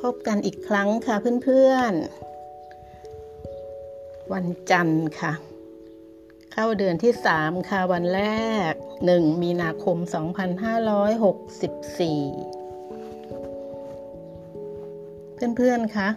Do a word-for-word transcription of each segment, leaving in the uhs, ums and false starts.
บกันอีกครั้งค่ะเพื่อนๆวันจันทร์ค่ะเข้าเดือนที่สามค่ะวันแรกหนึ่งมีนาคมสองพันห้าร้อยหกสิบสี่เพื่อนๆคะ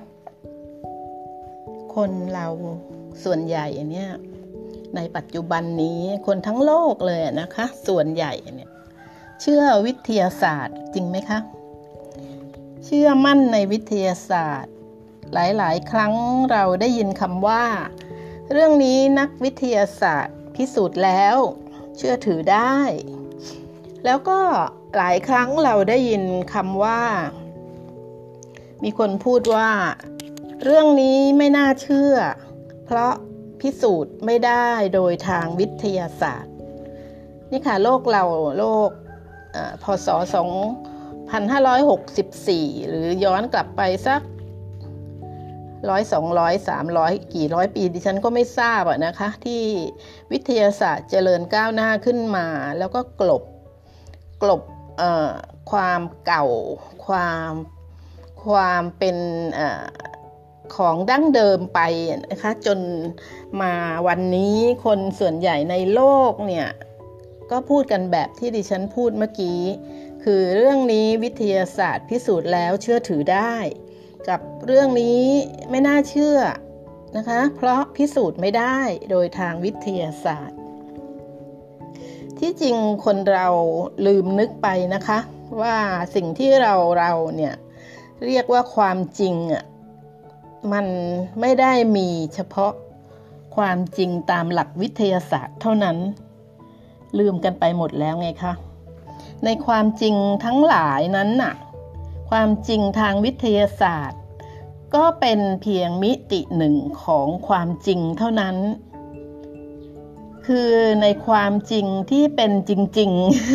คนเราส่วนใหญ่เนี่ยในปัจจุบันนี้คนทั้งโลกเลยนะคะส่วนใหญ่เนี่ยเชื่อวิทยาศาสตร์จริงไหมคะเชื่อมั่นในวิทยาศาสตร์หลายๆครั้งเราได้ยินคำว่าเรื่องนี้นักวิทยาศาสตร์พิสูจน์แล้วเชื่อถือได้แล้วก็หลายครั้งเราได้ยินคำว่ามีคนพูดว่าเรื่องนี้ไม่น่าเชื่อเพราะพิสูจน์ไม่ได้โดยทางวิทยาศาสตร์นี่ค่ะโลกเราโลกพ.ศ. สองพันห้าร้อยหกสิบสี่หรือย้อนกลับไปสักร้อยสองร้อยสามร้อยกี่ร้อยปีดิฉันก็ไม่ทราบอะนะคะที่วิทยาศาสตร์เจริญก้าวหน้าขึ้นมาแล้วก็กลบกลบเอ่อความเก่าความความเป็นเอ่อของดั้งเดิมไปนะคะจนมาวันนี้คนส่วนใหญ่ในโลกเนี่ยก็พูดกันแบบที่ดิฉันพูดเมื่อกี้คือเรื่องนี้วิทยาศาสตร์พิสูจน์แล้วเชื่อถือได้กับเรื่องนี้ไม่น่าเชื่อนะคะเพราะพิสูจน์ไม่ได้โดยทางวิทยาศาสตร์ที่จริงคนเราลืมนึกไปนะคะว่าสิ่งที่เราเราเนี่ยเรียกว่าความจริงอ่ะมันไม่ได้มีเฉพาะความจริงตามหลักวิทยาศาสตร์เท่านั้นลืมกันไปหมดแล้วไงคะในความจริงทั้งหลายนั้นน่ะความจริงทางวิทยาศาสตร์ก็เป็นเพียงมิติหนึ่งของความจริงเท่านั้นคือในความจริงที่เป็นจริง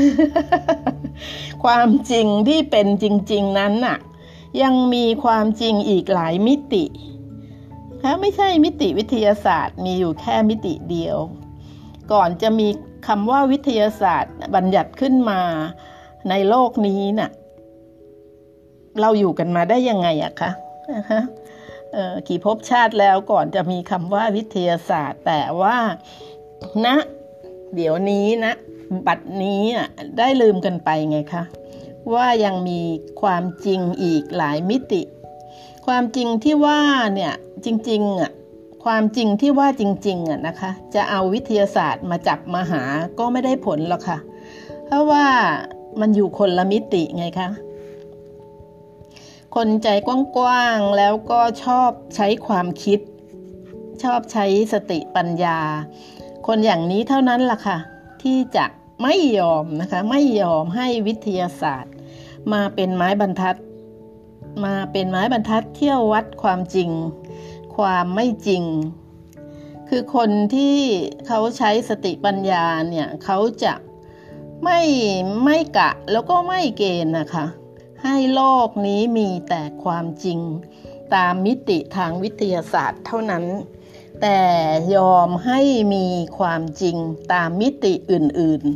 ๆ ความจริงที่เป็นจริงๆนั้นน่ะยังมีความจริงอีกหลายมิติค่ะไม่ใช่มิติวิทยาศาสตร์มีอยู่แค่มิติเดียวก่อนจะมีคำว่าวิทยาศาสตร์บัญญัติขึ้นมาในโลกนี้น่ะเราอยู่กันมาได้ยังไงอะคะนะคะเอ่อกี่ภพชาติแล้วก่อนจะมีคำว่าวิทยาศาสตร์แต่ว่าณนะเดี๋ยวนี้นะบัดนี้อ่ะได้ลืมกันไปไงคะว่ายังมีความจริงอีกหลายมิติความจริงที่ว่าเนี่ยจริงๆอ่ะความจริงที่ว่าจริงๆอ่ะนะคะจะเอาวิทยาศาสตร์มาจับมาหาก็ไม่ได้ผลหรอกค่ะเพราะว่ามันอยู่คนละมิติไงคะคนใจกว้างๆแล้วก็ชอบใช้ความคิดชอบใช้สติปัญญาคนอย่างนี้เท่านั้นล่ะค่ะที่จะไม่ยอมนะคะไม่ยอมให้วิทยาศาสตร์มาเป็นไม้บรรทัดมาเป็นไม้บรรทัดเที่ยววัดความจริงความไม่จริงคือคนที่เขาใช้สติปัญญาเนี่ยเขาจะไม่ไม่กะแล้วก็ไม่เกณฑ์นะคะให้โลกนี้มีแต่ความจริงตามมิติทางวิทยาศาสตร์เท่านั้นแต่ยอมให้มีความจริงตามมิติอื่น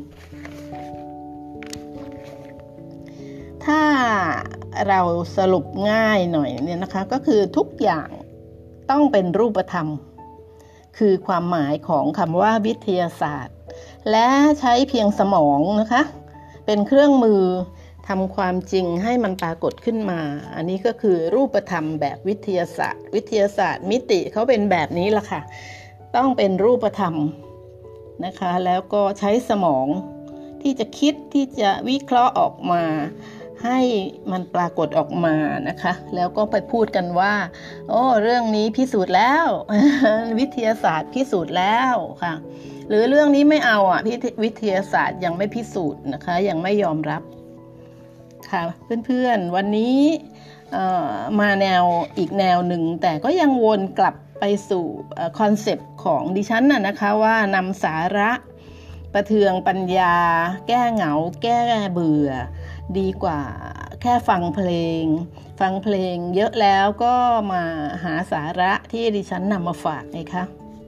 ๆถ้าเราสรุปง่ายหน่อยเนี่ยนะคะก็คือทุกอย่างต้องเป็นรูปธรรมคือความหมายของคำว่าวิทยาศาสตร์และใช้เพียงสมองนะคะเป็นเครื่องมือทำความจริงให้มันปรากฏขึ้นมาอันนี้ก็คือรูปธรรมแบบวิทยาศาสตร์วิทยาศาสตร์มิติเขาเป็นแบบนี้ล่ะค่ะต้องเป็นรูปธรรมนะคะแล้วก็ใช้สมองที่จะคิดที่จะวิเคราะห์ออกมาให้มันปรากฏออกมานะคะแล้วก็ไปพูดกันว่าโอ้เรื่องนี้พิสูจน์แล้ว วิทยาศาสตร์พิสูจน์แล้วค่ะหรือเรื่องนี้ไม่เอาอ่ะวิทยาศาสตร์ยังไม่พิสูจน์นะคะยังไม่ยอมรับค่ะเพื่อนๆวันนี้มาแนวอีกแนวหนึ่งแต่ก็ยังวนกลับไปสู่คอนเซปต์ของดิฉันน่ะนะคะว่านำสาระประเทืองปัญญาแก้เหงาแก้เบื่อดีกว่าแค่ฟังเพลงฟังเพลงเยอะแล้วก็มาหาสาระที่ดิฉันนำมาฝากไงคะ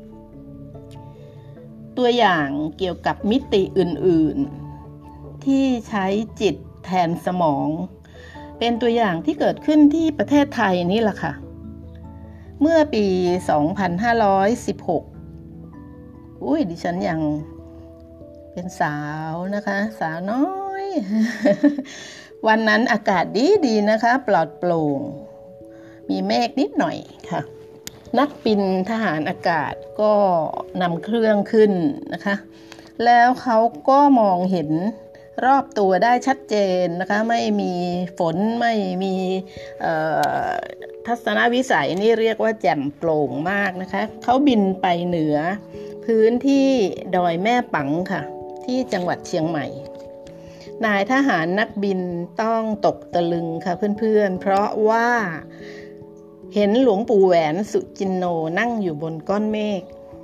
ตัวอย่างเกี่ยวกับมิติอื่นๆที่ใช้จิตแทนสมองเป็นตัวอย่างที่เกิดขึ้นที่ประเทศไทยนี่แหละค่ะเมื่อปีสองพันห้าร้อยสิบหกอุ้ยดิฉันยังเป็นสาวนะคะสาวน้อย วันนั้นอากาศดีดีนะคะปลอดโปร่งมีเมฆนิดหน่อยค่ะนักบินทหารอากาศก็นำเครื่องขึ้นนะคะแล้วเขาก็มองเห็นรอบตัวได้ชัดเจนนะคะไม่มีฝนไม่มีทัศนวิสัยนี่เรียกว่าแจ่มโปร่งมากนะคะเขาบินไปเหนือพื้นที่ดอยแม่ปังค่ะที่จังหวัดเชียงใหม่นายทหารนักบินต้องตกตะลึงค่ะเพื่อนๆเพราะว่าเห็นหลวงปู่แหวนสุจินโนนั่งอยู่บนก้อนเมฆ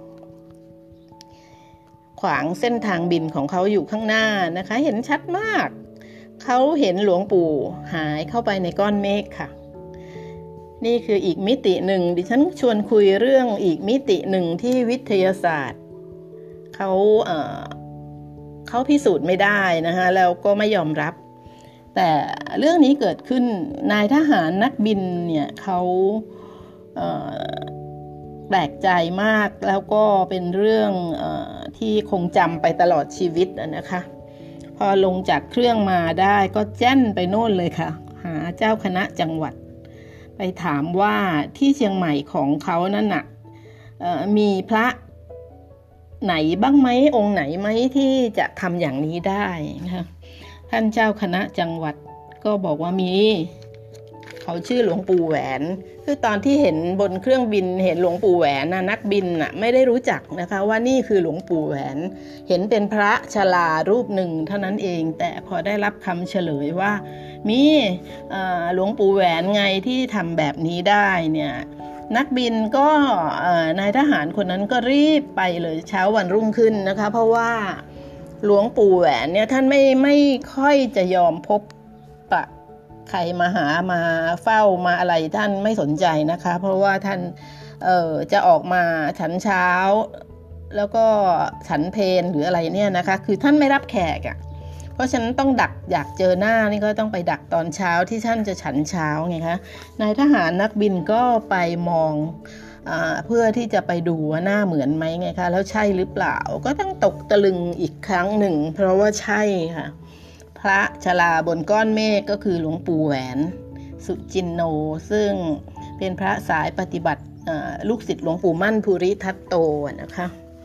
ขวางเส้นทางบินของเขาอยู่ข้างหน้านะคะเห็นชัดมากเขาเห็นหลวงปู่หายเข้าไปในก้อนเมฆค่ะนี่คืออีกมิติหนึ่งดิฉันชวนคุยเรื่องอีกมิติหนึ่งที่วิทยาศาสตร์เขาเอ่อเขาพิสูจน์ไม่ได้นะคะแล้วก็ไม่ยอมรับแต่เรื่องนี้เกิดขึ้นนายทหารนักบินเนี่ยเขาเอ่อแปลกใจมากแล้วก็เป็นเรื่องเอ่อที่คงจำไปตลอดชีวิตนะคะพอลงจากเครื่องมาได้ก็แจ้นไปโน่นเลยค่ะหาเจ้าคณะจังหวัดไปถามว่าที่เชียงใหม่ของเขานั่นน่ะมีพระไหนบ้างไหมองค์ไหนไหมที่จะทำอย่างนี้ได้นะคะท่านเจ้าคณะจังหวัดก็บอกว่ามีเขาชื่อหลวงปู่แหวนคือตอนที่เห็นบนเครื่องบินเห็นหลวงปู่แหวนนะนักบินน่ะไม่ได้รู้จักนะคะว่านี่คือหลวงปู่แหวนเห็นเป็นพระชรารูปหนึ่งเท่านั้นเองแต่พอได้รับคำเฉลยว่ามีหลวงปู่แหวนไงที่ทำแบบนี้ได้เนี่ยนักบินก็นายทหารคนนั้นก็รีบไปเลยเช้าวันรุ่งขึ้นนะคะเพราะว่าหลวงปู่แหวนเนี่ยท่านไม่ไม่ค่อยจะยอมพบปะใครมาหามาเฝ้ามาอะไรท่านไม่สนใจนะคะเพราะว่าท่านเอ่อจะออกมาฉันเช้าแล้วก็ฉันเพลหรืออะไรเนี่ยนะคะคือท่านไม่รับแขกอ่ะเพราะฉะนั้นต้องดักอยากเจอหน้านี่ก็ต้องไปดักตอนเช้าที่ท่านจะฉันเช้าไงคะนายทหารนักบินก็ไปมองอ่าเพื่อที่จะไปดูว่าหน้าเหมือนไหมไงคะแล้วใช่หรือเปล่าก็ต้องตกตะลึงอีกครั้งหนึ่งเพราะว่าใช่ค่ะพระชราบนก้อนเมฆก็คือหลวงปู่แหวนสุจินโนซึ่งเป็นพระสายปฏิบัติลูกศิษย์หลวงปู่มั่นภูริทัตโตนะคะ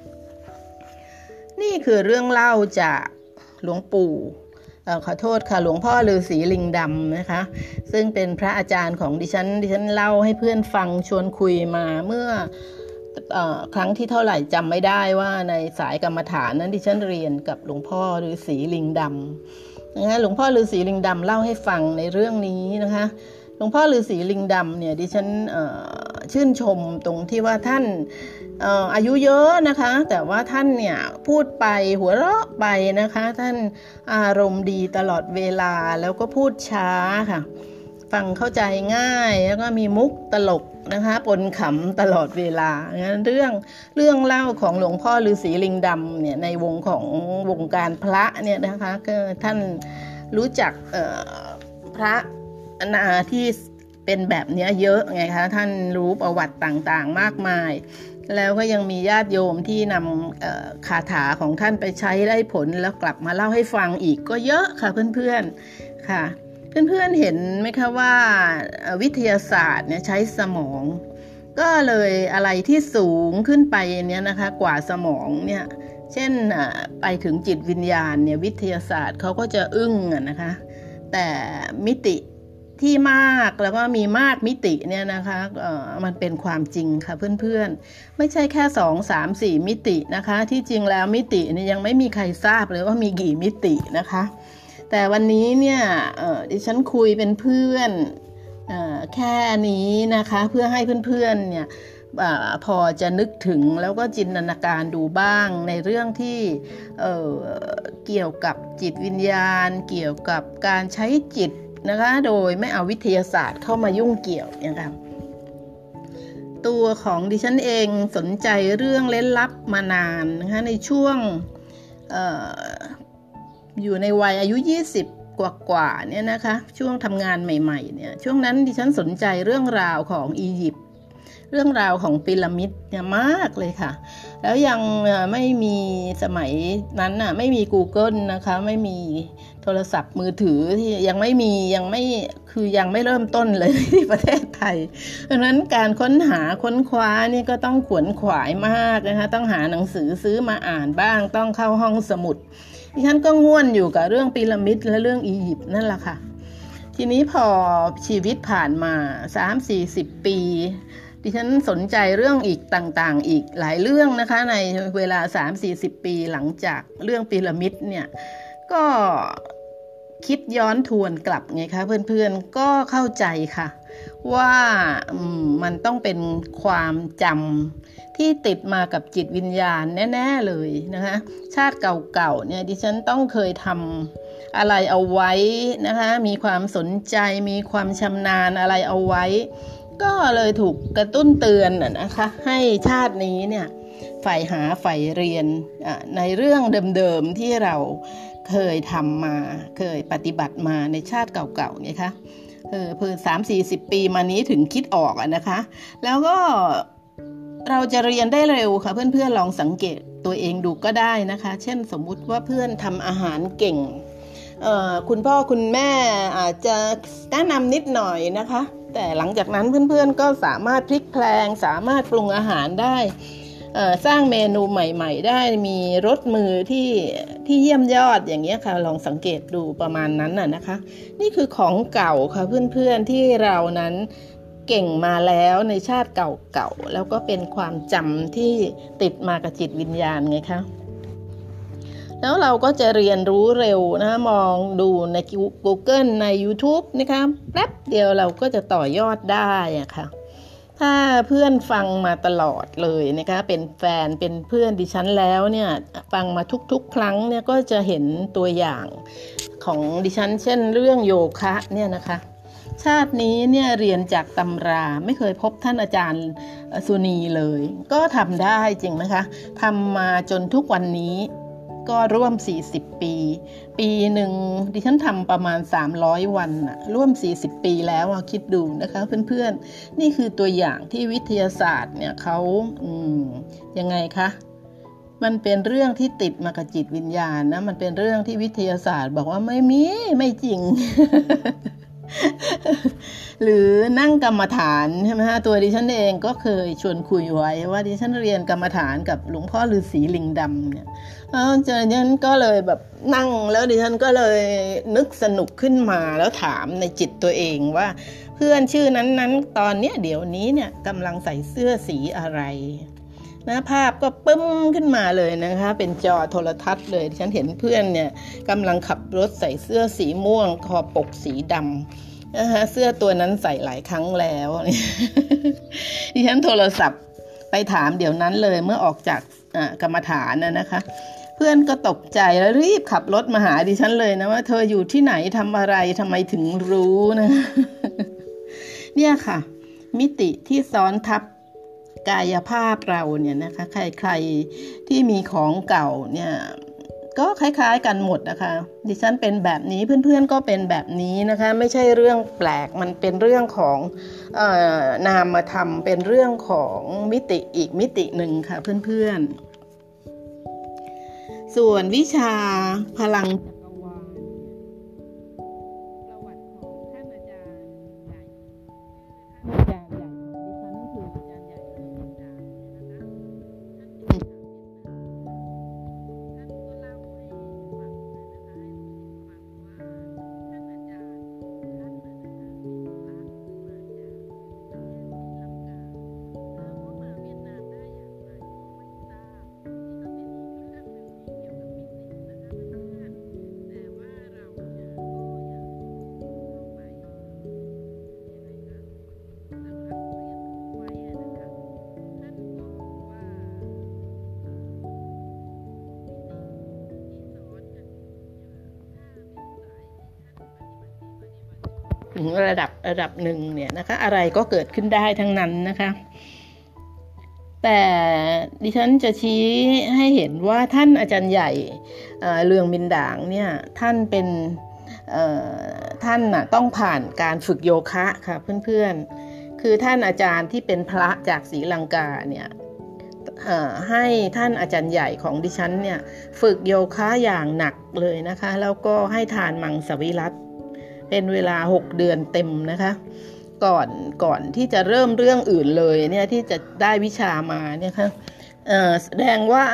นี่คือเรื่องเล่าจากหลวงปู่เอ่อขอโทษค่ะหลวงพ่อฤาษีลิงดำนะคะซึ่งเป็นพระอาจารย์ของดิฉันดิฉันเล่าให้เพื่อนฟังชวนคุยมาเมื่อเอ่อครั้งที่เท่าไหร่จำไม่ได้ว่าในสายกรรมฐานนั้นดิฉันเรียนกับหลวงพ่อฤาษีลิงดำนะฮะหลวงพ่อฤาษีลิงดำเล่าให้ฟังในเรื่องนี้นะคะหลวงพ่อฤาษีลิงดำเนี่ยดิฉันเอ่อชื่นชมตรงที่ว่าท่านเอ่ออายุเยอะนะคะแต่ว่าท่านเนี่ยพูดไปหัวเราะไปนะคะท่านอารมณ์ดีตลอดเวลาแล้วก็พูดช้าค่ะฟังเข้าใจง่ายแล้วก็มีมุกตลกนะคะปนขำตลอดเวลางั้นเรื่องเรื่องเล่าของหลวงพ่อฤาษีลิงดำเนี่ยในวงของวงการพระเนี่ยนะคะก็ท่านรู้จักเอ่อพระนาที่เป็นแบบนี้เยอะไงคะท่านรู้ประวัติต่างๆมากมายแล้วก็ยังมีญาติโยมที่นำคาถาของท่านไปใช้ได้ผลแล้วกลับมาเล่าให้ฟังอีกก็เยอะค่ะเพื่อนๆค่ะเพื่อนๆเห็นไหมคะว่าวิทยาศาสตร์เนี่ยใช้สมองก็เลยอะไรที่สูงขึ้นไปเนี่ยนะคะกว่าสมองเนี่ยเช่นไปถึงจิตวิญญาณเนี่ยวิทยาศาสตร์เขาก็จะอึ้งนะคะแต่มิติที่มากแล้วก็มีมากมิติเนี่ยนะคะเอ่อมันเป็นความจริงค่ะเพื่อนๆไม่ใช่แค่สอง สาม สี่มิตินะคะที่จริงแล้วมิติเนี่ยยังไม่มีใครทราบเลยว่ามีกี่มิตินะคะแต่วันนี้เนี่ยเอ่อดิฉันคุยเป็นเพื่อนเอ่อแค่นี้นะคะเพื่อให้เพื่อนๆเนี่ยพอจะนึกถึงแล้วก็จินตนาการดูบ้างในเรื่องที่เอ่อเกี่ยวกับจิตวิญญาณเกี่ยวกับการใช้จิตนะคะโดยไม่เอาวิทยาศาสตร์เข้ามายุ่งเกี่ยวนะคะตัวของดิฉันเองสนใจเรื่องเล่นลับมานานนะคะในช่วง เอ่อ อยู่ในวัยอายุยี่สิบกว่าๆเนี่ยนะคะช่วงทำงานใหม่ๆเนี่ยช่วงนั้นดิฉันสนใจเรื่องราวของอียิปต์เรื่องราวของพีระมิดเนี่ยมากเลยค่ะแล้วยังไม่มีสมัยนั้นน่ะไม่มี Google นะคะไม่มีโทรศัพท์มือถือที่ยังไม่มียังไม่คือยังไม่เริ่มต้นเลยที่ประเทศไทยดังนั้นการค้นหาค้นคว้านี่ก็ต้องขวนขวายมากนะคะต้องหาหนังสือซื้อมาอ่านบ้างต้องเข้าห้องสมุดดิฉันก็ง่วนอยู่กับเรื่องพีระมิดและเรื่องอียิปต์นั่นแหละค่ะทีนี้พอชีวิตผ่านมา สามถึงสี่สิบ ปีดิฉันสนใจเรื่องอีกต่างๆอีกหลายเรื่องนะคะในเวลา สามถึงสี่สิบ ปีหลังจากเรื่องพีระมิดเนี่ยก็คิดย้อนทวนกลับไงคะเพื่อนๆก็เข้าใจค่ะว่ามันต้องเป็นความจำที่ติดมากับจิตวิญญาณแน่ๆเลยนะคะชาติเก่าๆเนี่ยดิฉันต้องเคยทำอะไรเอาไว้นะคะมีความสนใจมีความชำนาญอะไรเอาไว้ก็เลยถูกกระตุ้นเตือนนะคะให้ชาตินี้เนี่ยใฝ่หาใฝ่เรียนในเรื่องเดิมๆที่เราเคยทำมาเคยปฏิบัติมาในชาติเก่าๆไงคะเออเพิ่งสามสี่สิบปีมานี้ถึงคิดออกอะนะคะแล้วก็เราจะเรียนได้เร็วค่ะเพื่อนๆลองสังเกตตัวเองดูก็ได้นะคะเช่นสมมุติว่าเพื่อนทำอาหารเก่งเอ่อคุณพ่อคุณแม่อาจจะแนะนำนิดหน่อยนะคะแต่หลังจากนั้นเพื่อนๆก็สามารถพลิกแพลงสามารถปรุงอาหารได้สร้างเมนูใหม่ๆได้มีรสมือที่ที่เยี่ยมยอดอย่างเงี้ยค่ะลองสังเกตดูประมาณนั้นน่ะนะคะนี่คือของเก่าค่ะเพื่อนๆที่เรานั้นเก่งมาแล้วในชาติเก่าๆแล้วก็เป็นความจำที่ติดมากับจิตวิญญาณไงคะแล้วเราก็จะเรียนรู้เร็วนะมองดูใน Google ใน YouTube นะคะแป๊บเดียวเราก็จะต่อยอดได้อะค่ะถ้าเพื่อนฟังมาตลอดเลยนะคะเป็นแฟนเป็นเพื่อนดิฉันแล้วเนี่ยฟังมาทุกๆครั้งเนี่ยก็จะเห็นตัวอย่างของดิฉันเช่นเรื่องโยคะเนี่ยนะคะชาตินี้เนี่ยเรียนจากตำราไม่เคยพบท่านอาจารย์สุนีเลยก็ทำได้จริงไหมคะทำมาจนทุกวันนี้ก็ร่วมสี่สิบปีปีหนึ่งดิฉันทำประมาณสามร้อยวันน่ะร่วมสี่สิบปีแล้วคิดดูนะคะเพื่อนๆนี่คือตัวอย่างที่วิทยาศาสตร์เนี่ยเขาอืมยังไงคะมันเป็นเรื่องที่ติดมากับจิตวิญญาณนะมันเป็นเรื่องที่วิทยาศาสตร์บอกว่าไม่มีไม่จริง หรือนั่งกรรมฐานใช่ไหมฮะตัวดิฉันเองก็เคยชวนคุยไว้ว่าดิฉันเรียนกรรมฐานกับหลวงพ่อฤาษีลิงดำเนี่ยแล้วจากนั้นก็เลยแบบนั่งแล้วดิฉันก็เลยนึกสนุกขึ้นมาแล้วถามในจิตตัวเองว่าเพื่อนชื่อนั้นๆตอนเนี้ยเดี๋ยวนี้เนี่ยกำลังใส่เสื้อสีอะไรนะภาพก็ปึ้มขึ้นมาเลยนะคะเป็นจอโทรทัศน์เลยดิฉันเห็นเพื่อนเนี่ยกำลังขับรถใส่เสื้อสีม่วงคอปกสีดำนะคะเสื้อตัวนั้นใส่หลายครั้งแล้ว ดิฉันโทรศัพท์ไปถามเดี๋ยวนั้นเลยเมื่อออกจากกรรมฐานนะนะคะเพื่อนก็ตกใจแล้วรีบขับรถมาหาดิฉันเลยนะว่าเธออยู่ที่ไหนทำอะไรทำไมถึงรู้นะ เนี่ยค่ะมิติที่ซ้อนทับกายภาพเราเนี่ยนะคะใครๆที่มีของเก่าเนี่ยก็คล้ายๆกันหมดนะคะดิฉันเป็นแบบนี้เพื่อนๆก็เป็นแบบนี้นะคะไม่ใช่เรื่องแปลกมันเป็นเรื่องของเอ่อนามธรรมเป็นเรื่องของมิติอีกมิติหนึ่งค่ะเพื่อนๆส่วนวิชาพลังถึงระดับระดับหนึ่งเนี่ยนะคะอะไรก็เกิดขึ้นได้ทั้งนั้นนะคะแต่ดิฉันจะชี้ให้เห็นว่าท่านอาจารย์ใหญ่เรืองบินด่างเนี่ยท่านเป็นท่านน่ะต้องผ่านการฝึกโยคะค่ะเพื่อนๆคือท่านอาจารย์ที่เป็นพระจากศรีลังกาเนี่ยให้ท่านอาจารย์ใหญ่ของดิฉันเนี่ยฝึกโยคะอย่างหนักเลยนะคะแล้วก็ให้ทานมังสวิรัติเป็นเวลาหกเดือนเต็มนะคะก่อนก่อนที่จะเริ่มเรื่องอื่นเลยเนี่ยที่จะได้วิชามาเนี่ยค่ะแสดงว่า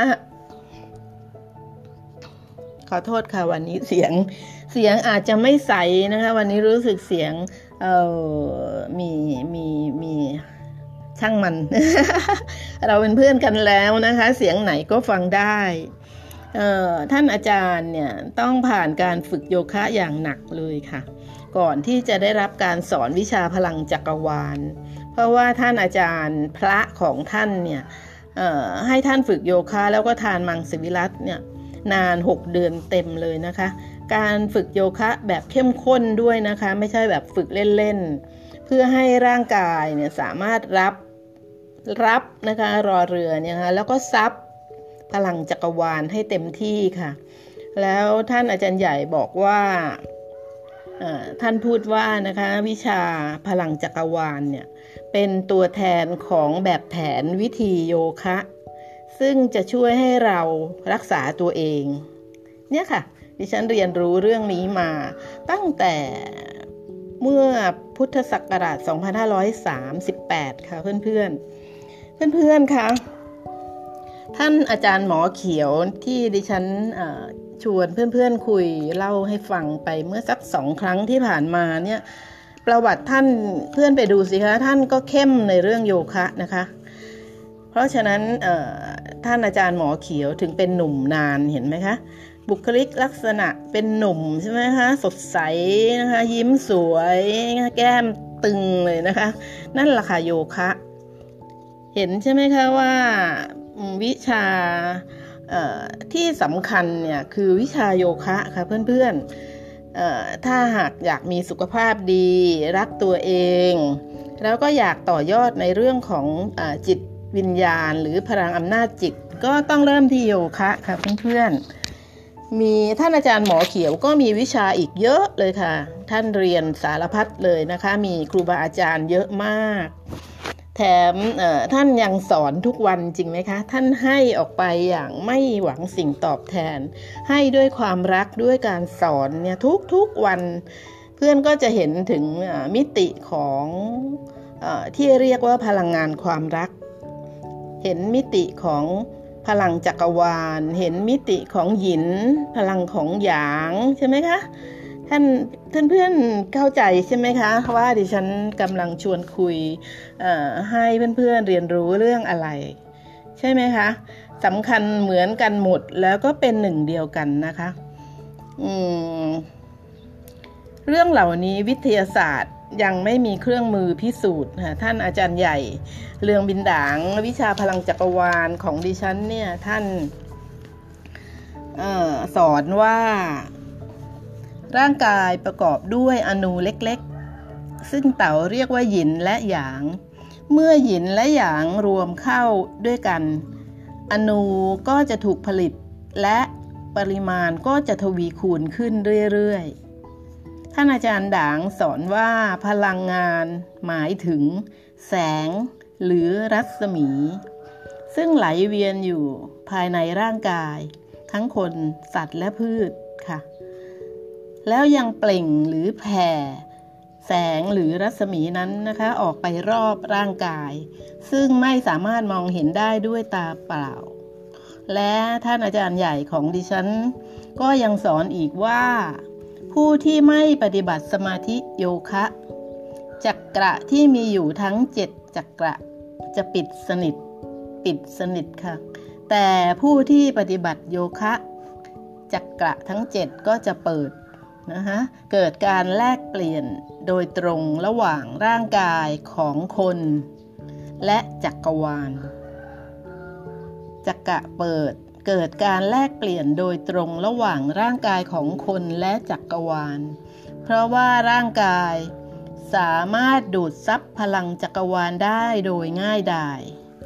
ขอโทษค่ะวันนี้เสียงเสียงอาจจะไม่ใสนะคะวันนี้รู้สึกเสียงเอ่อมีมีมีช่างมัน เราเป็นเพื่อนกันแล้วนะคะเสียงไหนก็ฟังได้เอ่อท่านอาจารย์เนี่ยต้องผ่านการฝึกโยคะอย่างหนักเลยค่ะก่อนที่จะได้รับการสอนวิชาพลังจักรวาลเพราะว่าท่านอาจารย์พระของท่านเนี่ยเอ่อให้ท่านฝึกโยคะแล้วก็ทานมังสวิรัติเนี่ยนานหกเดือนเต็มเลยนะคะการฝึกโยคะแบบเข้มข้นด้วยนะคะไม่ใช่แบบฝึกเล่นๆเพื่อให้ร่างกายเนี่ยสามารถรับรับนะคะรอเรือเนี่ยค่ะแล้วก็ซับพลังจักรวาลให้เต็มที่ค่ะแล้วท่านอาจารย์ใหญ่บอกว่าท่านพูดว่านะคะวิชาพลังจักรวาลเนี่ยเป็นตัวแทนของแบบแผนวิธีโยคะซึ่งจะช่วยให้เรารักษาตัวเองเนี่ยค่ะดิฉันเรียนรู้เรื่องนี้มาตั้งแต่เมื่อพุทธศักราชสองพันห้าร้อยสามสิบแปดค่ะเพื่อนๆเพื่อนๆค่ะท่านอาจารย์หมอเขียวที่ดิฉันชวนเพื่อนๆคุยเล่าให้ฟังไปเมื่อสักสองครั้งที่ผ่านมาเนี่ยประวัติท่านเพื่อนไปดูสิคะท่านก็เข้มในเรื่องโยคะนะคะเพราะฉะนั้นท่านอาจารย์หมอเขียวถึงเป็นหนุ่มนานเห็นไหมคะบุคลิกลักษณะเป็นหนุ่มใช่ไหมคะสดใสนะคะยิ้มสวยแก้มตึงเลยนะคะนั่นแหละค่ะโยคะเห็นใช่ไหมคะว่าวิชาที่สำคัญเนี่ยคือวิชาโยคะค่ะเพื่อนๆถ้าหากอยากมีสุขภาพดีรักตัวเองแล้วก็อยากต่อยอดในเรื่องของจิตวิญญาณหรือพลังอำนาจจิตก็ต้องเริ่มที่โยคะค่ะเพื่อนๆมีท่านอาจารย์หมอเขียวก็มีวิชาอีกเยอะเลยค่ะท่านเรียนสารพัดเลยนะคะมีครูบาอาจารย์เยอะมากแถมท่านยังสอนทุกวันจริงไหมคะท่านให้ออกไปอย่างไม่หวังสิ่งตอบแทนให้ด้วยความรักด้วยการสอนเนี่ยทุกๆวันเพื่อนก็จะเห็นถึงมิติของที่เรียกว่าพลังงานความรักเห็นมิติของพลังจักรวาลเห็นมิติของหยินพลังของหยางใช่ไหมคะท่านเพื่อนๆเข้าใจใช่ไหมคะว่าดิฉันกำลังชวนคุยให้เพื่อนๆเรียนรู้เรื่องอะไรใช่ไหมคะสำคัญเหมือนกันหมดแล้วก็เป็นหนึ่งเดียวกันนะคะอืมเรื่องเหล่านี้วิทยาศาสตร์ยังไม่มีเครื่องมือพิสูจน์ค่ะท่านอาจารย์ใหญ่เรืองบินดางวิชาพลังจักรวาลของดิฉันเนี่ยท่านเอ่อสอนว่าร่างกายประกอบด้วยอนูเล็กๆซึ่งเต๋าเรียกว่าหยินและหยางเมื่อหยินและหยางรวมเข้าด้วยกันอนูก็จะถูกผลิตและปริมาณก็จะทวีคูณขึ้นเรื่อยๆท่านอาจารย์ด่างสอนว่าพลังงานหมายถึงแสงหรือรัศมีซึ่งไหลเวียนอยู่ภายในร่างกายทั้งคนสัตว์และพืชค่ะแล้วยังเปล่งหรือแผ่แสงหรือรัศมีนั้นนะคะออกไปรอบร่างกายซึ่งไม่สามารถมองเห็นได้ด้วยตาเปล่าและท่านอาจารย์ใหญ่ของดิฉันก็ยังสอนอีกว่าผู้ที่ไม่ปฏิบัติสมาธิโยคะจักระที่มีอยู่ทั้งเจ็ดจักระจะปิดสนิทปิดสนิทค่ะแต่ผู้ที่ปฏิบัติโยคะจักระทั้งเจ็ดก็จะเปิดนะคะเกิดการแลกเปลี่ยนโดยตรงระหว่างร่างกายของคนและจักรวาลจักระเปิดเกิดการแลกเปลี่ยนโดยตรงระหว่างร่างกายของคนและจักรวาลเพราะว่าร่างกายสามารถดูดซับพลังจักรวาลได้โดยง่ายดาย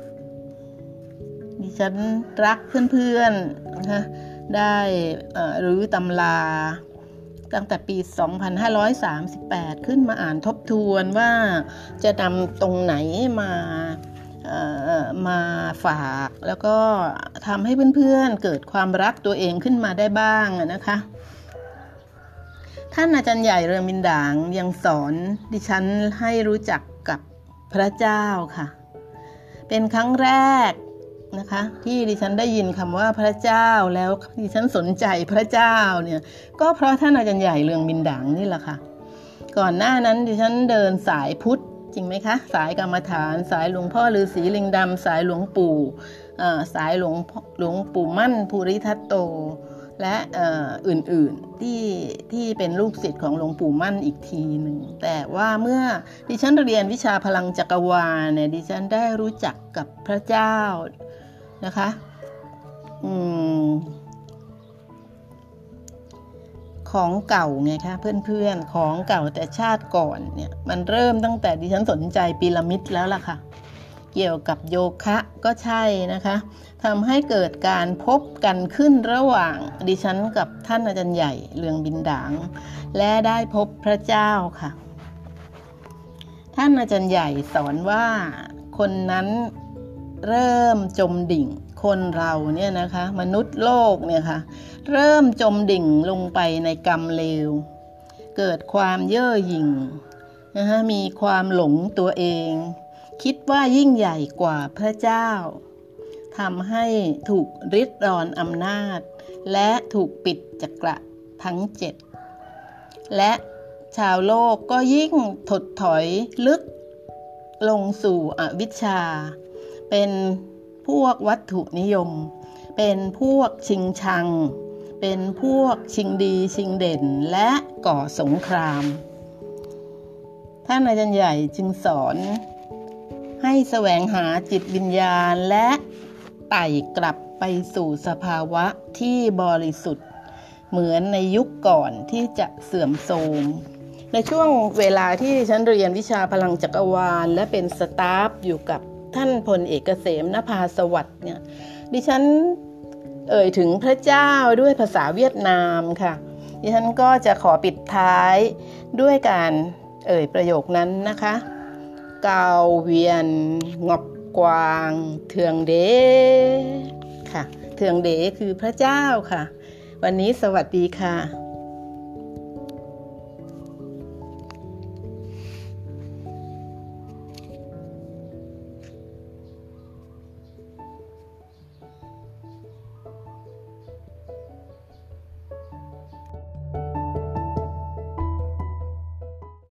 ดิฉันรักเพื่อนๆนะคะได้รื้อตำราตั้งแต่ปี สองพันห้าร้อยสามสิบแปด ขึ้นมาอ่านทบทวนว่าจะนำตรงไหนมามาฝากแล้วก็ทำให้เพื่อนๆเกิดความรักตัวเองขึ้นมาได้บ้างนะคะท่านอาจารย์ใหญ่เรืองบินด่างยังสอนดิฉันให้รู้จักกับพระเจ้าค่ะเป็นครั้งแรกนะคะที่ดิฉันได้ยินคำว่าพระเจ้าแล้วดิฉันสนใจพระเจ้าเนี่ยก็เพราะท่านอาจารย์ใหญ่เรืองบินด่างนี่แหละค่ะก่อนหน้านั้นดิฉันเดินสายพุทธจริงไหมคะสายกรรมฐานสายหลวงพ่อฤาษีลิงดำสายหลวงปู่สายหลวงหลวงปู่มั่นภูริทัตโตและอื่นๆที่ที่เป็นลูกศิษย์ของหลวงปู่มั่นอีกทีหนึ่งแต่ว่าเมื่อดิฉันเรียนวิชาพลังจักรวาลเนี่ยดิฉันได้รู้จักกับพระเจ้านะคะอืมของเก่าไงคะเพื่อนๆของเก่าแต่ชาติก่อนเนี่ยมันเริ่มตั้งแต่ดิฉันสนใจพีระมิดแล้วล่ะค่ะเกี่ยวกับโยคะก็ใช่นะคะทำให้เกิดการพบกันขึ้นระหว่างดิฉันกับท่านอาจารย์ใหญ่เรืองบินด่างและได้พบพระเจ้าค่ะท่านอาจารย์ใหญ่สอนว่าคนนั้นเริ่มจมดิ่งคนเราเนี่ยนะคะมนุษย์โลกเนี่ยค่ะเริ่มจมดิ่งลงไปในกรรมเลวเกิดความเย่อหยิ่งนะคะมีความหลงตัวเองคิดว่ายิ่งใหญ่กว่าพระเจ้าทำให้ถูกริดรอนอำนาจและถูกปิดจักระทั้งเจ็ดและชาวโลกก็ยิ่งถดถอยลึกลงสู่อวิชชาเป็นพวกวัตถุนิยมเป็นพวกชิงชังเป็นพวกชิงดีชิงเด่นและก่อสงครามท่านอาจารย์ใหญ่จึงสอนให้แสวงหาจิตวิญญาณและไต่กลับไปสู่สภาวะที่บริสุทธิ์เหมือนในยุคก่อนที่จะเสื่อมโทรมในช่วงเวลาที่ฉันเรียนวิชาพลังจักรวาลและเป็นสตาฟอยู่กับท่านพลเอกเกษมนภาสวัสดิ์เนี่ยดิฉันเอ่ยถึงพระเจ้าด้วยภาษาเวียดนามค่ะดิฉันก็จะขอปิดท้ายด้วยการเอ่ยประโยคนั้นนะคะเกาเวียนงบกวางเทืองเดค่ะเทืองเดคือพระเจ้าค่ะวันนี้สวัสดีค่ะ